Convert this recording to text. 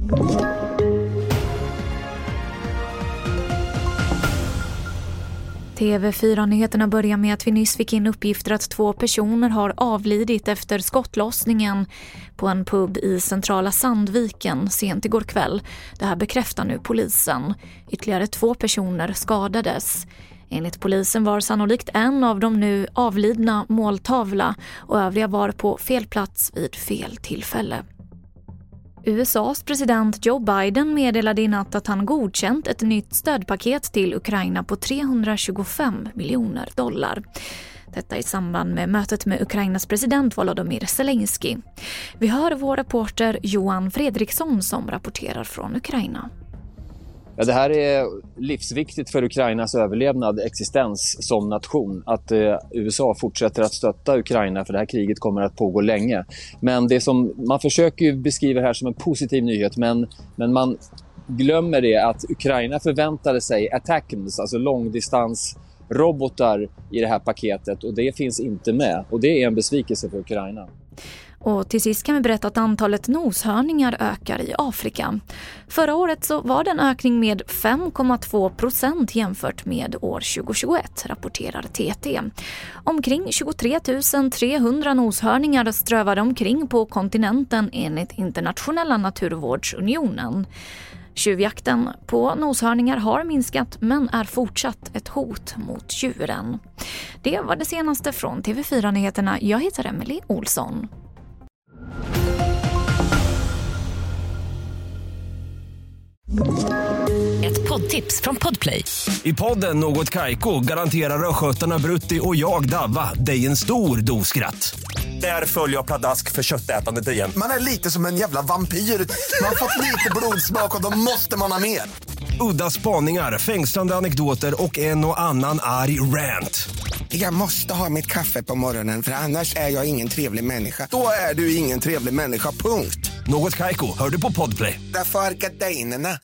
TV4-nyheterna börjar med att vi nyss fick in uppgifter att 2 personer har avlidit efter skottlossningen på en pub i centrala Sandviken sent igår kväll. Det här bekräftar nu polisen. Ytterligare 2 personer skadades. Enligt polisen var sannolikt en av de nu avlidna måltavla och övriga var på fel plats vid fel tillfälle. USAs president Joe Biden meddelade i natt att han godkänt ett nytt stödpaket till Ukraina på $325 miljoner. Detta i samband med mötet med Ukrainas president Volodymyr Zelensky. Vi hör vår reporter Johan Fredriksson som rapporterar från Ukraina. Ja, det här är livsviktigt för Ukrainas överlevnad, existens som nation. Att USA fortsätter att stötta Ukraina, för det här kriget kommer att pågå länge. Men det som man försöker beskriva här som en positiv nyhet, men man glömmer det att Ukraina förväntade sig attackams, alltså långdistansrobotar i det här paketet, och det finns inte med. Och det är en besvikelse för Ukraina. Och till sist kan vi berätta att antalet noshörningar ökar i Afrika. Förra året så var det en ökning med 5,2% jämfört med år 2021, rapporterar TT. Omkring 23 300 noshörningar strövade omkring på kontinenten enligt Internationella naturvårdsunionen. Tjuvjakten på noshörningar har minskat men är fortsatt ett hot mot djuren. Det var det senaste från TV4-nyheterna. Jag heter Emily Olsson. Ett poddtips från Podplay. I podden Något Kaiko garanterar röskötarna Brutti och jag Davva dig en stor doskratt. Där följer jag pladask för köttätandet igen. Man är lite som en jävla vampyr. Man har fått lite blodsmak och då måste man ha mer. Udda spaningar, fängslande anekdoter och en och annan arg rant. Jag måste ha mitt kaffe på morgonen, för annars är jag ingen trevlig människa. Då är du ingen trevlig människa, punkt. Något Kaiko, hör du på Podplay. Därför är gardinerna.